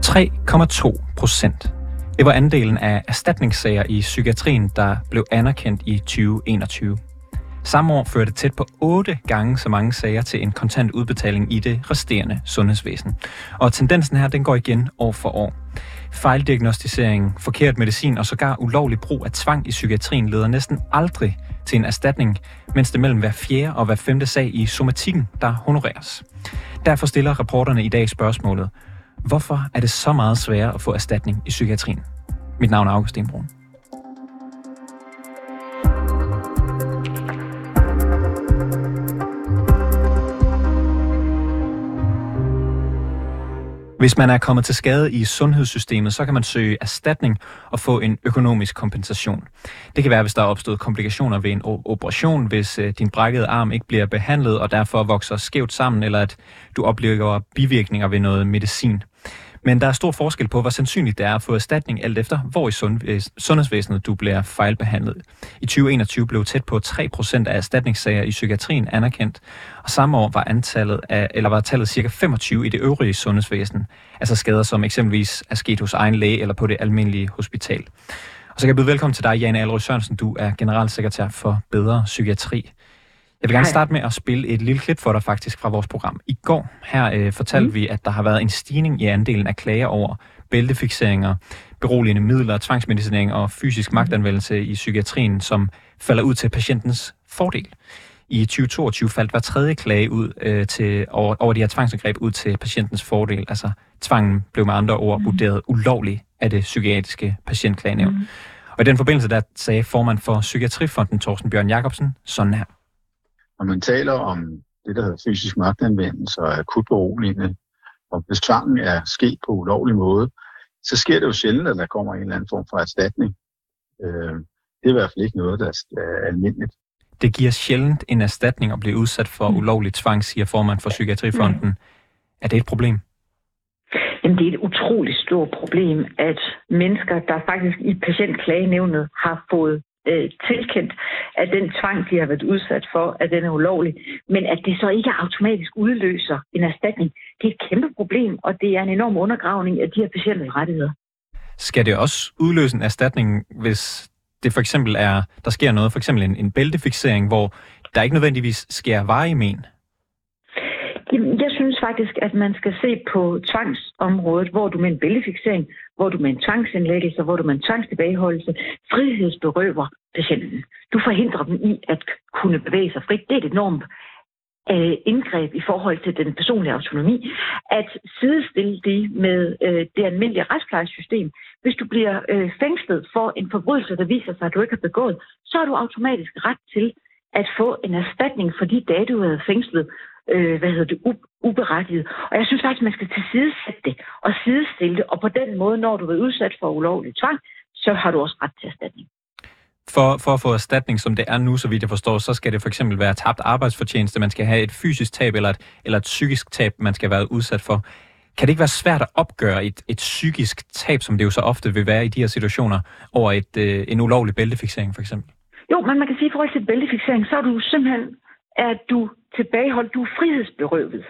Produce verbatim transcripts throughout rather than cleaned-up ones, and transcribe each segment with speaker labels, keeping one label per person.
Speaker 1: tre komma to procent. Det var andelen af erstatningssager i psykiatrien, der blev anerkendt i tyve enogtyve. Samme år førte tæt på otte gange så mange sager til en kontant udbetaling i det resterende sundhedsvæsen. Og tendensen her, den går igen år for år. Fejldiagnostisering, forkert medicin og sågar ulovlig brug af tvang i psykiatrien leder næsten aldrig til en erstatning, mens det mellem hver fjerde og hver femte sag i somatikken, der honoreres. Derfor stiller reporterne i dag spørgsmålet: hvorfor er det så meget sværere at få erstatning i psykiatrien? Mit navn er Augustin Brun. Hvis man er kommet til skade i sundhedssystemet, så kan man søge erstatning og få en økonomisk kompensation. Det kan være, hvis der er opstået komplikationer ved en operation, hvis din brækkede arm ikke bliver behandlet og derfor vokser skævt sammen, eller at du oplever bivirkninger ved noget medicin. Men der er stor forskel på, hvor sandsynligt det er at få erstatning, alt efter hvor i sundhedsvæsenet du bliver fejlbehandlet. I tyve enogtyve blev tæt på tre procent af erstatningssager i psykiatrien anerkendt, og samme år var antallet af, eller var tallet cirka femogtyve i det øvrige sundhedsvæsen, altså skader, som eksempelvis er sket hos egen læge eller på det almindelige hospital. Og så kan jeg byde velkommen til dig, Jane Alrøe Sørensen. Du er generalsekretær for Bedre Psykiatri. Jeg vil gerne starte med at spille et lille klip for dig faktisk fra vores program. I går her øh, fortalte mm. vi, at der har været en stigning i andelen af klager over bæltefikseringer, beroligende midler, tvangsmedicinering og fysisk magtanvendelse i psykiatrien, som falder ud til patientens fordel. I tyve toogtyve faldt hver tredje klage ud øh, til, over, over de her tvangsangreb ud til patientens fordel. Altså tvangen blev med andre ord mm. vurderet ulovlig af det psykiatriske patientklagenævn. Mm. Og i den forbindelse der sagde formand for Psykiatrifonden, Torsten Bjørn Jacobsen, sådan her.
Speaker 2: Når man taler om det, der hedder fysisk magtanvendelse og akut beroligende, og hvis tvangen er sket på ulovlig måde, så sker det jo sjældent, at der kommer en eller anden form for erstatning. Det er i hvert fald ikke noget, der er almindeligt.
Speaker 1: Det giver sjældent en erstatning at blive udsat for ulovlig tvang, siger formand for Psykiatrifonden. Mm. Er det et problem?
Speaker 3: Jamen, det er et utroligt stort problem, at mennesker, der faktisk i patientklagenævnet har fået øh, tilkendt, at den tvang, de har været udsat for, at den er ulovlig, men at det så ikke automatisk udløser en erstatning, det er et kæmpe problem, og det er en enorm undergravning af de her patienters rettigheder.
Speaker 1: Skal det også udløse en erstatning, hvis det for eksempel er, der sker noget, for eksempel en, en bæltefiksering, hvor der ikke nødvendigvis sker varig men?
Speaker 3: Jeg synes faktisk, at man skal se på tvangsområdet, hvor du med en bæltefiksering, hvor du med en tvangsindlæggelse, hvor du med en tvangstilbageholdelse frihedsberøver patienten. Du forhindrer dem i at kunne bevæge sig frit. Det er et enormt øh, indgreb i forhold til den personlige autonomi. At sidestille det med øh, det almindelige retsplejesystem. Hvis du bliver øh, fængslet for en forbrydelse, der viser sig, at du ikke har begået, så har du automatisk ret til at få en erstatning for de dage, du har været fængslet. Øh, hvad hedder det, u- uberettiget. Og jeg synes faktisk, man skal tilsidesætte det og sidestille det, og på den måde, når du er udsat for ulovlig tvang, så har du også ret til erstatning.
Speaker 1: For, for at få erstatning, som det er nu, så vidt jeg forstår, så skal det for eksempel være tabt arbejdsfortjeneste, man skal have et fysisk tab eller et, eller et psykisk tab, man skal være udsat for. Kan det ikke være svært at opgøre et, et psykisk tab, som det jo så ofte vil være i de her situationer, over et, øh, en ulovlig bæltefiksering for eksempel?
Speaker 3: Jo, men man kan sige, at i forhold til bæltefiksering, så er du simpelthen, at du tilbageholdt, du er frihedsberøvet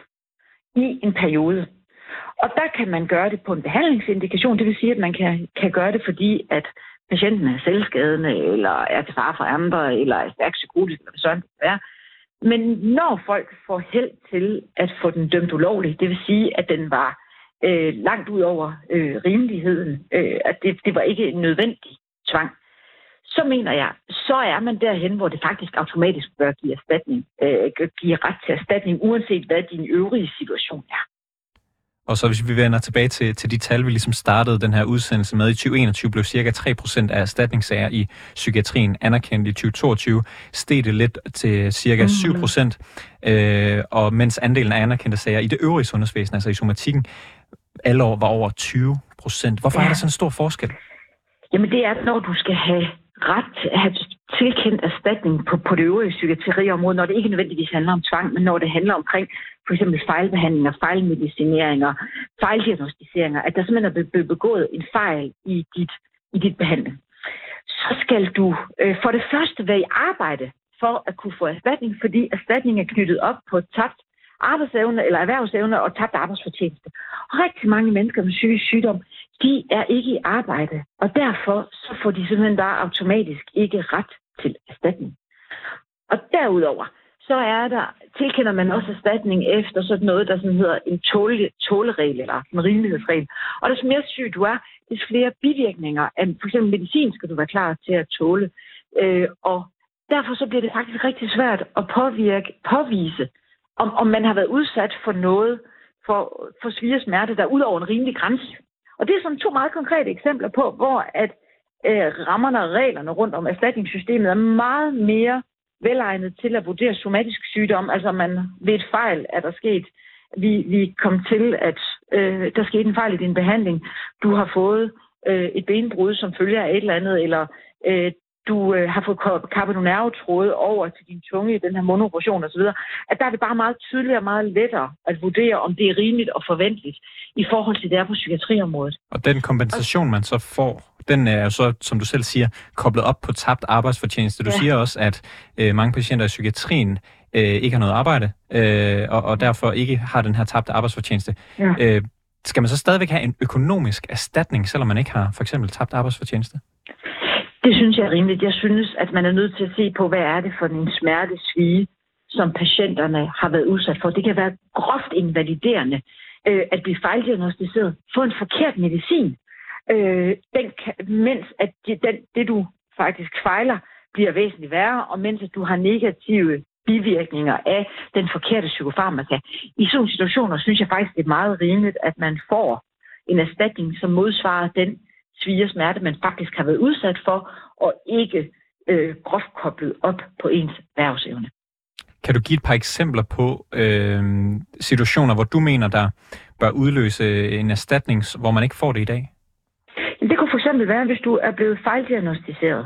Speaker 3: i en periode. Og der kan man gøre det på en behandlingsindikation, det vil sige, at man kan, kan gøre det, fordi at patienten er selvskadende, eller er til fare for andre, eller er stærkt psykotisk, eller sådan det er. Men når folk får held til at få den dømt ulovlig, det vil sige, at den var øh, langt ud over øh, rimeligheden, øh, at det, det var ikke en nødvendig tvang, så mener jeg, så er man derhen, hvor det faktisk automatisk bør give erstatning, øh, give ret til erstatning, uanset hvad din øvrige situation er.
Speaker 1: Og så hvis vi vender tilbage til, til de tal, vi ligesom startede den her udsendelse med, i tyve enogtyve blev cirka tre procent af erstatningssager i psykiatrien anerkendt. I tyve toogtyve steg det lidt til cirka syv procent, øh, og mens andelen af anerkendte sager i det øvrige sundhedsvæsen, altså i somatikken, alle år var over tyve procent. Hvorfor ja. er der sådan en stor forskel?
Speaker 3: Jamen det er, når du skal have ret til at have tilkendt erstatning på, på det øvrige psykiatriområde, når det ikke nødvendigvis handler om tvang, men når det handler omkring for eksempel fejlbehandlinger, fejlmedicineringer, fejldiagnostiseringer, at der simpelthen er blevet begået en fejl i dit, i dit behandling. Så skal du øh, for det første være i arbejde for at kunne få erstatning, fordi erstatning er knyttet op på tabt arbejdsevne eller erhvervsevne og tabt arbejdsfortjeneste. Og rigtig mange mennesker med psykisk sygdom, de er ikke i arbejde, og derfor så får de simpelthen bare automatisk ikke ret til erstatning. Og derudover, så er der, tilkender man også erstatning efter sådan noget, der sådan hedder en tåle, tåleregel eller en rimelighedsregel. Og des mere syg du er, des flere bivirkninger af for eksempel medicin skal du være klar til at tåle. Øh, og derfor så bliver det faktisk rigtig svært at påvirke, påvise, om, om man har været udsat for noget, for, for svie smerte, der er ud over en rimelig grænse. Og det er sådan to meget konkrete eksempler på, hvor at øh, rammerne og reglerne rundt om erstatningssystemet er meget mere velegnet til at vurdere somatisk sygdom. Altså man ved et fejl, at der sket, vi, vi kom til, at øh, der skete en fejl i din behandling. Du har fået øh, et benbrud, som følger af et eller andet, eller øh, du øh, har fået carbonervetråde over til din tunge i den her monoperation osv., at der er det bare meget tydeligere og meget lettere at vurdere, om det er rimeligt og forventeligt i forhold til det her på psykiatriområdet.
Speaker 1: Og den kompensation, man så får, den er jo så, som du selv siger, koblet op på tabt arbejdsfortjeneste. Du ja. siger også, at øh, mange patienter i psykiatrien øh, ikke har noget arbejde, øh, og, og derfor ikke har den her tabte arbejdsfortjeneste. Ja. Øh, skal man så stadigvæk have en økonomisk erstatning, selvom man ikke har for eksempel tabt arbejdsfortjeneste?
Speaker 3: Det synes jeg er rimeligt. Jeg synes, at man er nødt til at se på, hvad er det for en smertesvie, som patienterne har været udsat for. Det kan være groft invaliderende øh, at blive fejldiagnosticeret, få en forkert medicin, øh, den kan, mens at det, den, det, du faktisk fejler, bliver væsentligt værre, og mens at du har negative bivirkninger af den forkerte psykofarmaka. I sådan situationer synes jeg faktisk, det er meget rimeligt, at man får en erstatning, som modsvarer den svie smerte, man faktisk har været udsat for, og ikke øh, groft koblet op på ens erhvervsevne.
Speaker 1: Kan du give et par eksempler på øh, situationer, hvor du mener, der bør udløse en erstatning, hvor man ikke får det i dag?
Speaker 3: Det kunne for eksempel være, hvis du er blevet fejldiagnosticeret.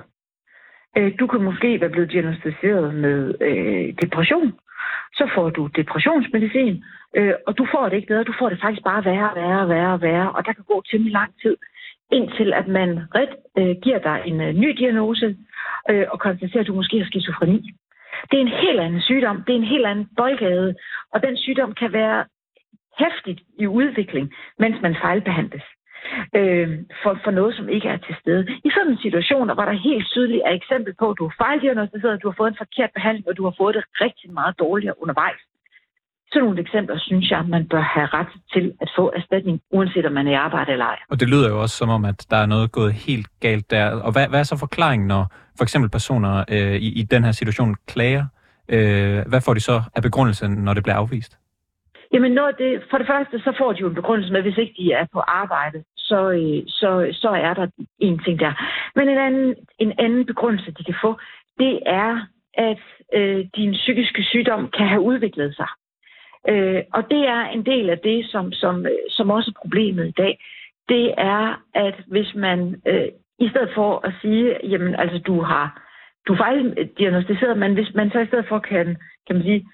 Speaker 3: Du kan måske være blevet diagnosticeret med øh, depression. Så får du depressionsmedicin, øh, og du får det ikke bedre. Du får det faktisk bare værre, værre, værre, værre. Og der kan gå temmelig lang tid, indtil at man ret øh, giver dig en øh, ny diagnose øh, og konstaterer, at du måske har skizofreni. Det er en helt anden sygdom. Det er en helt anden boldgade. Og den sygdom kan være heftigt i udvikling, mens man fejlbehandles. Øh, for, for noget, som ikke er til stede. I sådan en situation, hvor der helt tydeligt er eksempel på, at du er fejldiagnosticeret, du har fået en forkert behandling, og du har fået det rigtig meget dårligere undervejs. Sådan nogle eksempler, synes jeg, man bør have ret til at få erstatning, uanset om man er i arbejde eller ej. Og
Speaker 1: det lyder jo også som om, at der er noget gået helt galt der. Og hvad, hvad er så forklaringen, når for eksempel personer øh, i, i den her situation klager? Øh, hvad får de så af begrundelsen, når det bliver afvist?
Speaker 3: Jamen, når det, for det første, så får de jo en begrundelse med, hvis ikke de er på arbejde, så, så, så er der en ting der. Men en anden, en anden begrundelse, de kan få, det er, at øh, din psykiske sygdom kan have udviklet sig. Øh, og det er en del af det, som, som, som også er problemet i dag. Det er, at hvis man øh, i stedet for at sige, jamen altså du har du er fejldiagnosticeret, men hvis man så i stedet for kan, kan man sige,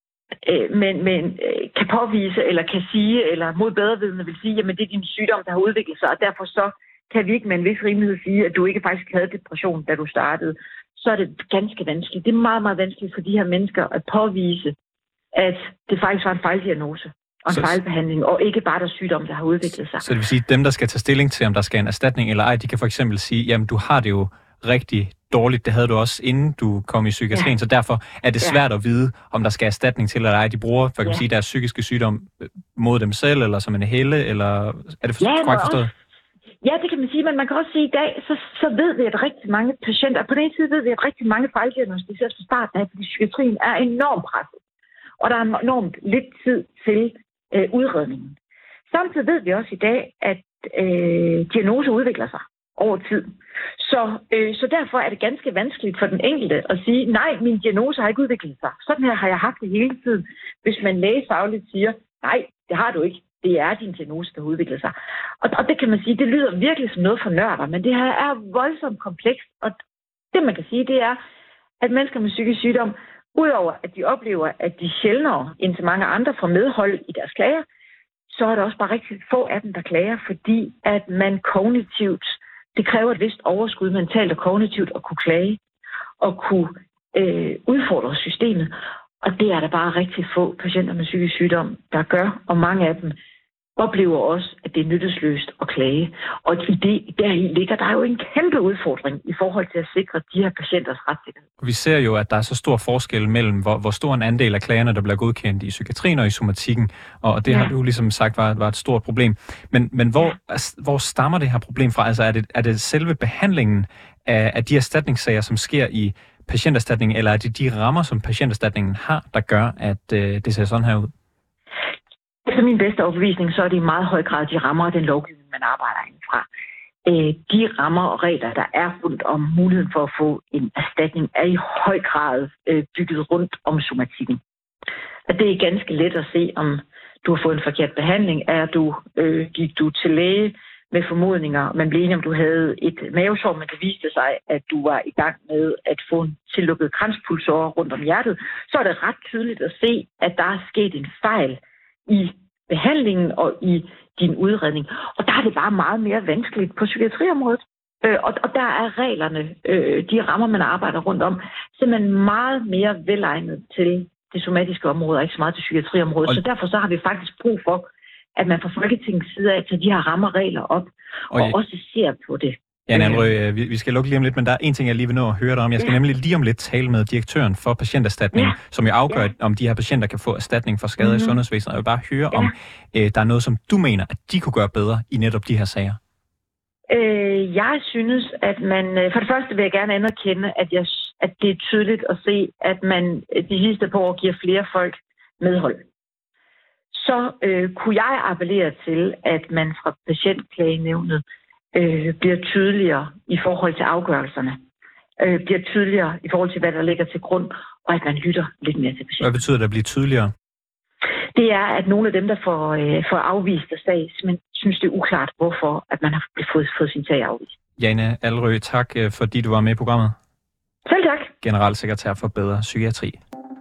Speaker 3: Men, men kan påvise, eller kan sige, eller mod bedrevidende vil sige, jamen det er din sygdom, der har udviklet sig, og derfor så kan vi ikke med en vis rimelighed sige, at du ikke faktisk havde depression, da du startede. Så er det ganske vanskeligt. Det er meget, meget vanskeligt for de her mennesker at påvise, at det faktisk var en fejldiagnose og en så, fejlbehandling, og ikke bare der sygdom, der har udviklet sig.
Speaker 1: Så det vil sige, at dem, der skal tage stilling til, om der skal en erstatning eller ej, de kan for eksempel sige, jamen du har det jo rigtig dårligt. Det havde du også, inden du kom i psykiatrien, ja. Så derfor er det svært ja. at vide, om der skal erstatning til eller ej. De bruger, for kan ja. sige, deres psykiske sygdom mod dem selv, eller som en helle, eller er det for, ja, korrekt forstået?
Speaker 3: Ja, det kan man sige, men man kan også sige, at i dag, så, så ved vi, at rigtig mange patienter, på den ene side ved vi, at rigtig mange fejldiagnosticeres fra starten af, fordi psykiatrien er enormt presset, og der er enormt lidt tid til øh, udredningen. Samtidig ved vi også i dag, at øh, diagnoser udvikler sig over tid. Så, øh, så derfor er det ganske vanskeligt for den enkelte at sige, nej, min diagnose har ikke udviklet sig. Sådan her har jeg haft det hele tiden. Hvis man lægefagligt siger, nej, det har du ikke. Det er din diagnose, der har udviklet sig. Og, og det kan man sige, det lyder virkelig som noget for nørder, men det her er voldsomt komplekst. Og det man kan sige, det er, at mennesker med psykisk sygdom, udover at de oplever, at de sjældnere end så mange andre får medhold i deres klager, så er der også bare rigtig få af dem, der klager, fordi at man kognitivt, det kræver et vist overskud mentalt og kognitivt at kunne klage og kunne øh, udfordre systemet. Og det er der bare rigtig få patienter med psykisk sygdom, der gør, og mange af dem oplever også, at det er nyttesløst at klage. Og i det, deri ligger der jo en kæmpe udfordring i forhold til at sikre de her patienters retssikkerhed.
Speaker 1: Vi ser jo, at der er så stor forskel mellem, hvor, hvor stor en andel af klagerne, der bliver godkendt i psykiatrien og i somatikken, og det ja. har du ligesom sagt var, var et stort problem. Men, men hvor, ja. hvor stammer det her problem fra? Altså er det, er det selve behandlingen af, af de erstatningssager, som sker i patienterstatningen, eller er det de rammer, som patienterstatningen har, der gør, at øh, det ser sådan her ud?
Speaker 3: Efter min bedste overbevisning, så er det i meget høj grad de rammer og den lovgivning, man arbejder indenfra. Øh, de rammer og regler, der er rundt om muligheden for at få en erstatning, er i høj grad øh, bygget rundt om somatikken. Og det er ganske let at se, om du har fået en forkert behandling. Er du, øh, gik du til læge med formodninger, man blev enig om, du havde et mavesår, men det viste sig, at du var i gang med at få en tillukket kranspulsåre rundt om hjertet, så er det ret tydeligt at se, at der er sket en fejl i behandlingen og i din udredning. Og der er det bare meget mere vanskeligt på psykiatriområdet. Øh, og, og der er reglerne, øh, de rammer, man arbejder rundt om, simpelthen meget mere velegnet til det somatiske område, og ikke så meget til psykiatriområdet. Og... Så derfor så har vi faktisk brug for, at man fra Folketingets side af tager de her rammer regler op, og, og også ser på det.
Speaker 1: Jan Alrøe, vi, vi skal lukke lige om lidt, men der er en ting, jeg lige vil nå at høre dig om. Jeg skal ja. nemlig lige om lidt tale med direktøren for patienterstatning, ja. som jo afgør, ja. om de her patienter kan få erstatning for skader mm-hmm. i sundhedsvæsenet. Jeg vil bare høre, ja. om øh, der er noget, som du mener, at de kunne gøre bedre i netop de her sager.
Speaker 3: Øh, jeg synes, at man... For det første vil jeg gerne anerkende, at, jeg, at det er tydeligt at se, at man de sidste par år giver flere folk medhold. Så øh, kunne jeg appellere til, at man fra patientklagenævnet øh, bliver tydeligere i forhold til afgørelserne. Øh, bliver tydeligere i forhold til, hvad der ligger til grund, og at man lytter lidt mere til patienten.
Speaker 1: Hvad betyder det at blive tydeligere?
Speaker 3: Det er, at nogle af dem, der får, øh, får afvist af sag, men synes det er uklart, hvorfor at man har fået, fået sin sag afvist.
Speaker 1: Jane Alrøe, tak fordi du var med i programmet.
Speaker 3: Selv tak.
Speaker 1: Generalsekretær for Bedre Psykiatri.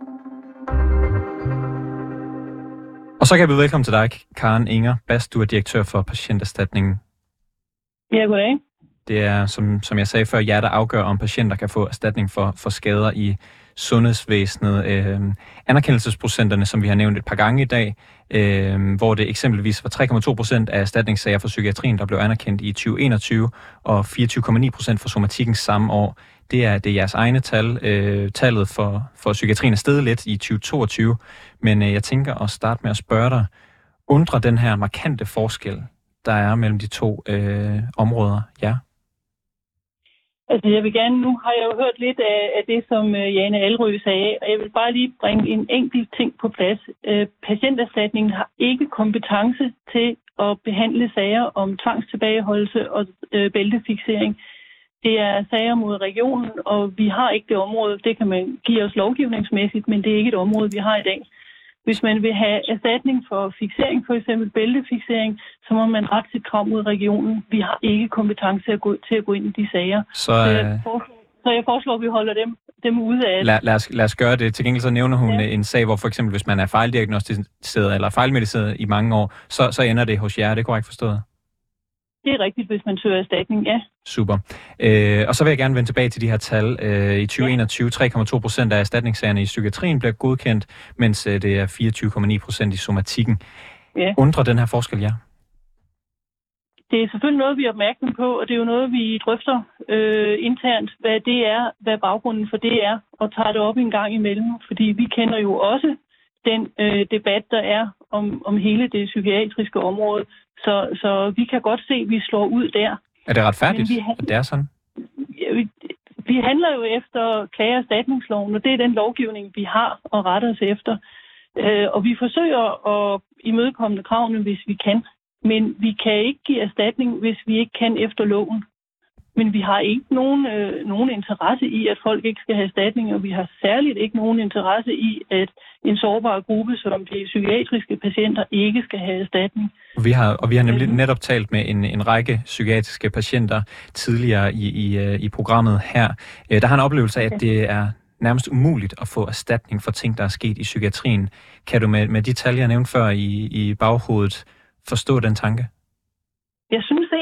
Speaker 1: Og så kan jeg byde velkommen til dig, Karen Inger Bast. Du er direktør for Patienterstatningen.
Speaker 4: Ja, goddag.
Speaker 1: Det er, som, som jeg sagde før, jer, der afgør, om patienter kan få erstatning for, for skader i sundhedsvæsenet. Øh, anerkendelsesprocenterne, som vi har nævnt et par gange i dag, øh, hvor det eksempelvis var tre komma to procent af erstatningssager for psykiatrien, der blev anerkendt i tyve enogtyve, og fireogtyve komma ni procent for somatikken samme år. Det er, det er jeres egne tal. Øh, tallet for, for psykiatrien er steget lidt i tyve toogtyve, men øh, jeg tænker at starte med at spørge dig, undrer den her markante forskel, der er mellem de to øh, områder, ja?
Speaker 4: Altså jeg vil gerne, nu har jeg jo hørt lidt af, af det, som Jane Alrøe sagde, og jeg vil bare lige bringe en enkelt ting på plads. Øh, patienterstatningen har ikke kompetence til at behandle sager om tvangstilbageholdelse og øh, bæltefiksering. Det er sager mod regionen, og vi har ikke det område. Det kan man give os lovgivningsmæssigt, men det er ikke et område, vi har i dag. Hvis man vil have erstatning for fiksering, for eksempel bæltefiksering, så må man ret til krav mod regionen. Vi har ikke kompetence til at gå, til at gå ind i de sager.
Speaker 1: Så,
Speaker 4: så, jeg, foreslår, så jeg foreslår, at vi holder dem, dem ude af
Speaker 1: lad, lad, os, lad os gøre det. Til gengæld så nævner hun ja. en sag, hvor for eksempel, hvis man er fejldiagnostiseret eller fejlmediceret i mange år, så, så ender det hos jer. Det er korrekt forstået?
Speaker 4: Det er rigtigt, hvis man søger erstatning, ja.
Speaker 1: Super. Øh, og så vil jeg gerne vende tilbage til de her tal. Øh, I tyve enogtyve, tre komma to procent af erstatningssagerne i psykiatrien bliver godkendt, mens øh, det er fireogtyve komma ni procent i somatikken. Ja. Undrer den her forskel, ja?
Speaker 4: Det er selvfølgelig noget, vi er opmærksom på, og det er jo noget, vi drøfter øh, internt, hvad det er, hvad baggrunden for det er, og tager det op en gang imellem, fordi vi kender jo også den øh, debat, der er om, om hele det psykiatriske område. Så, så vi kan godt se, at vi slår ud der.
Speaker 1: Er det retfærdigt, vi handler, at det er sådan?
Speaker 4: Vi, vi handler jo efter klage- og erstatningsloven, og det er den lovgivning, vi har at rette os efter. Øh, og vi forsøger at imødekomme kravene, hvis vi kan. Men vi kan ikke give erstatning, hvis vi ikke kan efter loven. Men vi har ikke nogen, øh, nogen interesse i, at folk ikke skal have erstatning, og vi har særligt ikke nogen interesse i, at en sårbar gruppe, som de psykiatriske patienter, ikke skal have erstatning.
Speaker 1: Vi har, og vi har nemlig netop talt med en, en række psykiatriske patienter tidligere i, i, i programmet her. Der har en oplevelse af, at det er nærmest umuligt at få erstatning for ting, der er sket i psykiatrien. Kan du med, med de tal, jeg nævnte før i, i baghovedet, forstå den tanke?
Speaker 4: Jeg synes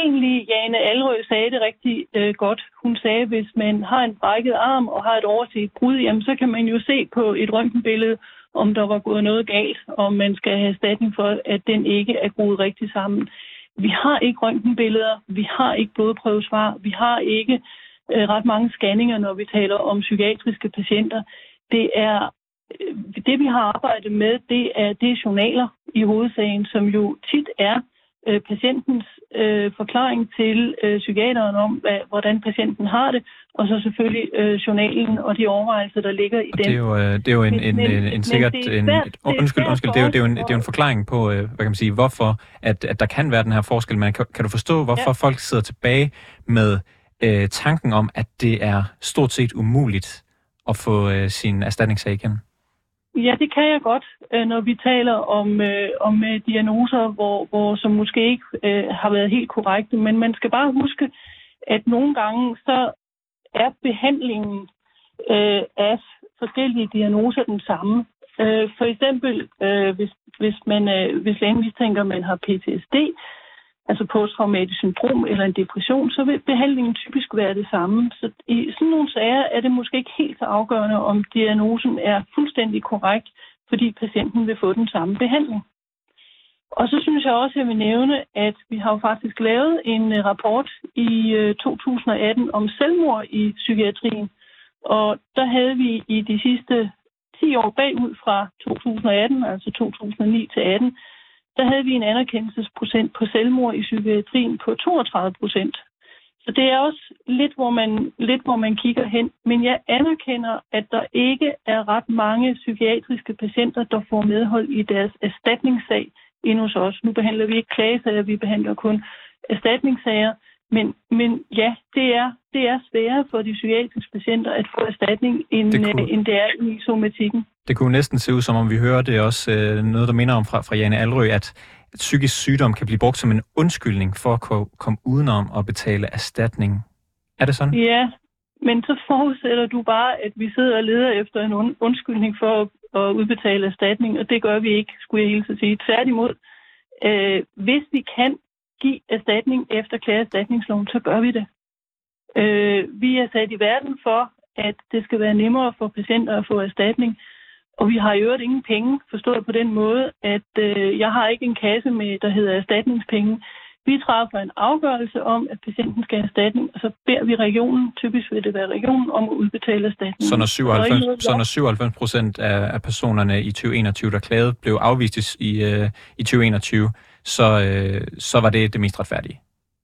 Speaker 4: egentlig, Jane Alrø sagde det rigtig øh, godt. Hun sagde, at hvis man har en brækket arm og har et overset brud, jamen, så kan man jo se på et røntgenbillede, om der var gået noget galt, og man skal have erstatning for, at den ikke er groet rigtigt sammen. Vi har ikke røntgenbilleder, vi har ikke blodprøvesvar, vi har ikke øh, ret mange scanninger, når vi taler om psykiatriske patienter. Det er øh, det, vi har arbejdet med, det er, det er journaler i hovedsagen, som jo tit er øh, patientens øh, forklaring til øh, psykiateren om, hvad, hvordan patienten har det, og så selvfølgelig øh, journalen og de overvejelser, der ligger i den.
Speaker 1: Det er jo, øh, det er jo en, en, en, en sikkert... En, et, undskyld, undskyld, det er jo, det er jo en, det er jo en forklaring på, øh, hvad kan man sige, hvorfor at, at der kan være den her forskel. Men kan, kan du forstå, hvorfor ja. folk sidder tilbage med øh, tanken om, at det er stort set umuligt at få øh, sin erstatningssag igennem?
Speaker 4: Ja, det kan jeg godt, når vi taler om, øh, om diagnoser, hvor, hvor, som måske ikke øh, har været helt korrekte. Men man skal bare huske, at nogle gange så er behandlingen øh, af forskellige diagnoser den samme. Øh, for eksempel, øh, hvis, hvis, man, øh, hvis lægen mistænker, at man har P T S D, altså posttraumatisk syndrom eller en depression, så vil behandlingen typisk være det samme. Så i sådan nogle sager er det måske ikke helt så afgørende, om diagnosen er fuldstændig korrekt, fordi patienten vil få den samme behandling. Og så synes jeg også, at jeg vil nævne, at vi har jo faktisk lavet en rapport i to tusind atten om selvmord i psykiatrien. Og der havde vi i de sidste ti år bagud fra to tusind atten, altså to tusind ni til atten, der havde vi en anerkendelsesprocent på selvmord i psykiatrien på toogtredive procent. Så det er også lidt hvor, man, lidt, hvor man kigger hen. Men jeg anerkender, at der ikke er ret mange psykiatriske patienter, der får medhold i deres erstatningssag inde hos os. Nu behandler vi ikke klagesager, vi behandler kun erstatningssager. Men, men ja, det er, det er sværere for de psykiatriske patienter at få erstatning, end det, kunne, end det er i somatikken.
Speaker 1: Det kunne næsten se ud, som om vi hører det også øh, noget, der minder om fra, fra Jane Alrø, at, at psykisk sygdom kan blive brugt som en undskyldning for at ko- komme udenom og betale erstatning. Er det sådan?
Speaker 4: Ja, men så forudsætter du bare, at vi sidder og leder efter en und- undskyldning for at, at udbetale erstatning, og det gør vi ikke, skulle jeg hilse at sige. Tværtimod, øh, hvis vi kan give erstatning efter klageerstatningsloven, så gør vi det. Øh, vi er sat i verden for, at det skal være nemmere for patienter at få erstatning, og vi har i øvrigt ingen penge, forstået på den måde, at øh, jeg har ikke en kasse med, der hedder erstatningspenge. Vi træffer en afgørelse om, at patienten skal have erstatning, og så beder vi regionen, typisk vil det være regionen, om at udbetale erstatning.
Speaker 1: Så når syvoghalvfems, så når syvoghalvfems procent af, af personerne i tyve enogtyve, der klagede, blev afvist i, øh, i tyve enogtyve, så, øh, så var det det mest retfærdige?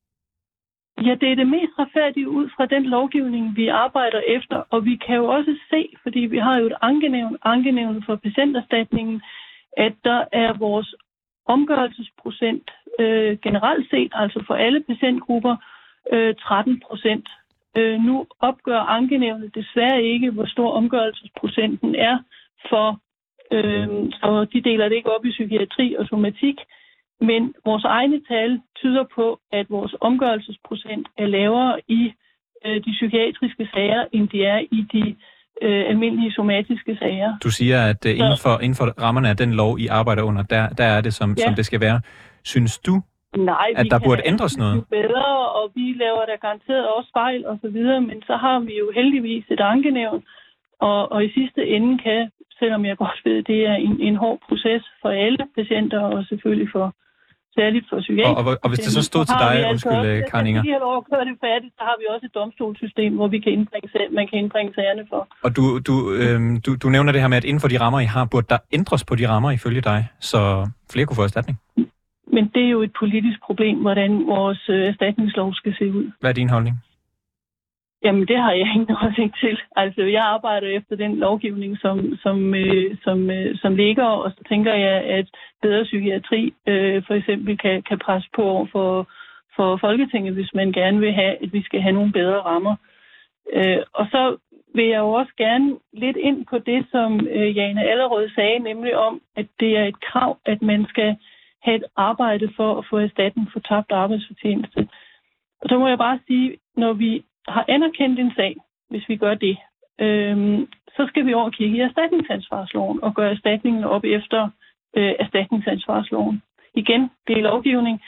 Speaker 4: Ja, det er det mest retfærdige ud fra den lovgivning, vi arbejder efter, og vi kan jo også se, fordi vi har jo et ankenævn, ankenævn for patienterstatningen, at der er vores omgørelsesprocent øh, generelt set, altså for alle patientgrupper, øh, tretten procent. Øh, nu opgør ankenævnet desværre ikke, hvor stor omgørelsesprocenten er, for, øh, så de deler det ikke op i psykiatri og somatik. Men vores egne tal tyder på, at vores omgørelsesprocent er lavere i øh, de psykiatriske sager, end de er i de øh, almindelige somatiske sager.
Speaker 1: Du siger, at øh, inden, for, inden for rammerne af den lov, I arbejder under, der, der er det, som, ja. som det skal være. Synes du,
Speaker 4: Nej,
Speaker 1: at der burde ændres noget?
Speaker 4: Bedre, og vi laver der garanteret også fejl og så videre, men så har vi jo heldigvis et ankenævn, og, og i sidste ende kan, selvom jeg godt ved, det er en, en hård proces for alle patienter, og selvfølgelig for særligt for psykiatriske.
Speaker 1: Og, og, og hvis det så stod til dig, altså, undskyld, Karen Inger.
Speaker 4: Hvis vi har lov at køre det færdigt, så har vi også et domstolssystem, hvor vi kan indbringe, man kan indbringe sagerne for.
Speaker 1: Og du, du, øhm, du, du nævner det her med, at inden for de rammer, I har, burde der ændres på de rammer ifølge dig, så flere kunne få erstatning?
Speaker 4: Men det er jo et politisk problem, hvordan vores øh, erstatningslov skal se ud.
Speaker 1: Hvad er din holdning?
Speaker 4: Jamen, det har jeg ingen holdning til. Altså, jeg arbejder efter den lovgivning, som, som, øh, som, øh, som ligger, og så tænker jeg, at bedre psykiatri øh, for eksempel kan, kan presse på over for, for Folketinget, hvis man gerne vil have, at vi skal have nogle bedre rammer. Øh, og så vil jeg jo også gerne lidt ind på det, som øh, Jane allerede sagde, nemlig om, at det er et krav, at man skal have et arbejde for at få erstatning for tabt arbejdsfortjeneste. Og så må jeg bare sige, når vi har anerkendt en sag, hvis vi gør det, øhm, så skal vi over kigge i erstatningsansvarsloven og gøre erstatningen op efter øh, erstatningsansvarsloven. Igen, det er lovgivning,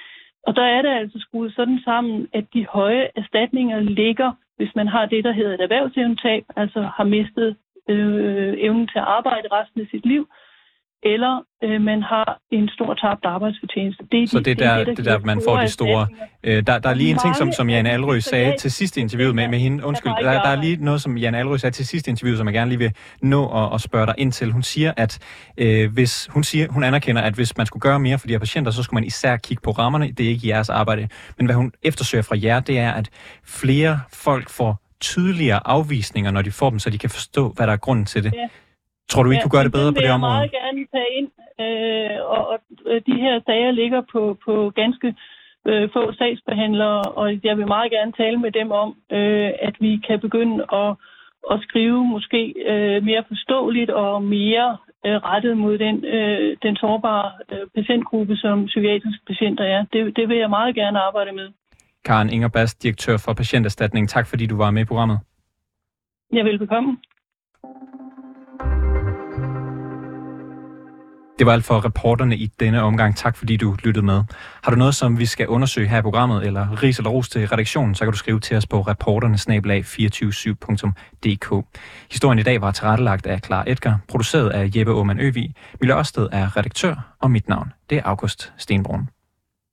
Speaker 4: Og der er det altså skruet sådan sammen, at de høje erstatninger ligger, hvis man har det, der hedder et erhvervsevnetab, altså har mistet øh, evnen til at arbejde resten af sit liv, eller øh, man har en stor tabt arbejdsfortjeneste. Det er
Speaker 1: så det er der, det, der, det der man får de store... Øh, der, der er lige en ting, som, som Jane Alrøe sagde til sidst i interviewet med, med hende. Undskyld, der, der er lige noget, som Jane Alrøe sagde til sidst i interviewet, som jeg gerne lige vil nå at, at spørge dig ind til. Hun siger, at øh, hvis hun siger, hun anerkender, at hvis man skulle gøre mere for de her patienter, så skulle man især kigge på rammerne. Det er ikke jeres arbejde. Men hvad hun eftersøger fra jer, det er, at flere folk får tydeligere afvisninger, når de får dem, så de kan forstå, hvad der er grunden til det. Ja. Tror du ikke, du gør det bedre på det område?
Speaker 4: Jeg vil meget gerne tage ind, øh, og, og de her sager ligger på, på ganske øh, få sagsbehandlere, og jeg vil meget gerne tale med dem om, øh, at vi kan begynde at, at skrive måske øh, mere forståeligt og mere øh, rettet mod den, øh, den sårbare øh, patientgruppe, som psykiatriske patienter er. Det, det vil jeg meget gerne arbejde med.
Speaker 1: Karen Inger-Bast, direktør for Patienterstatning. Tak fordi du var med i programmet.
Speaker 4: Ja, velbekomme.
Speaker 1: Det var alt for reporterne i denne omgang. Tak fordi du lyttede med. Har du noget, som vi skal undersøge her i programmet, eller ris eller ros til redaktionen, så kan du skrive til os på reporterne snabel-a to fire syv punktum d k. Historien i dag var tilrettelagt af Clara Edgar, produceret af Jeppe Aumann Øvig. Mille Ørsted er redaktør, og mit navn det er August Stenbrun.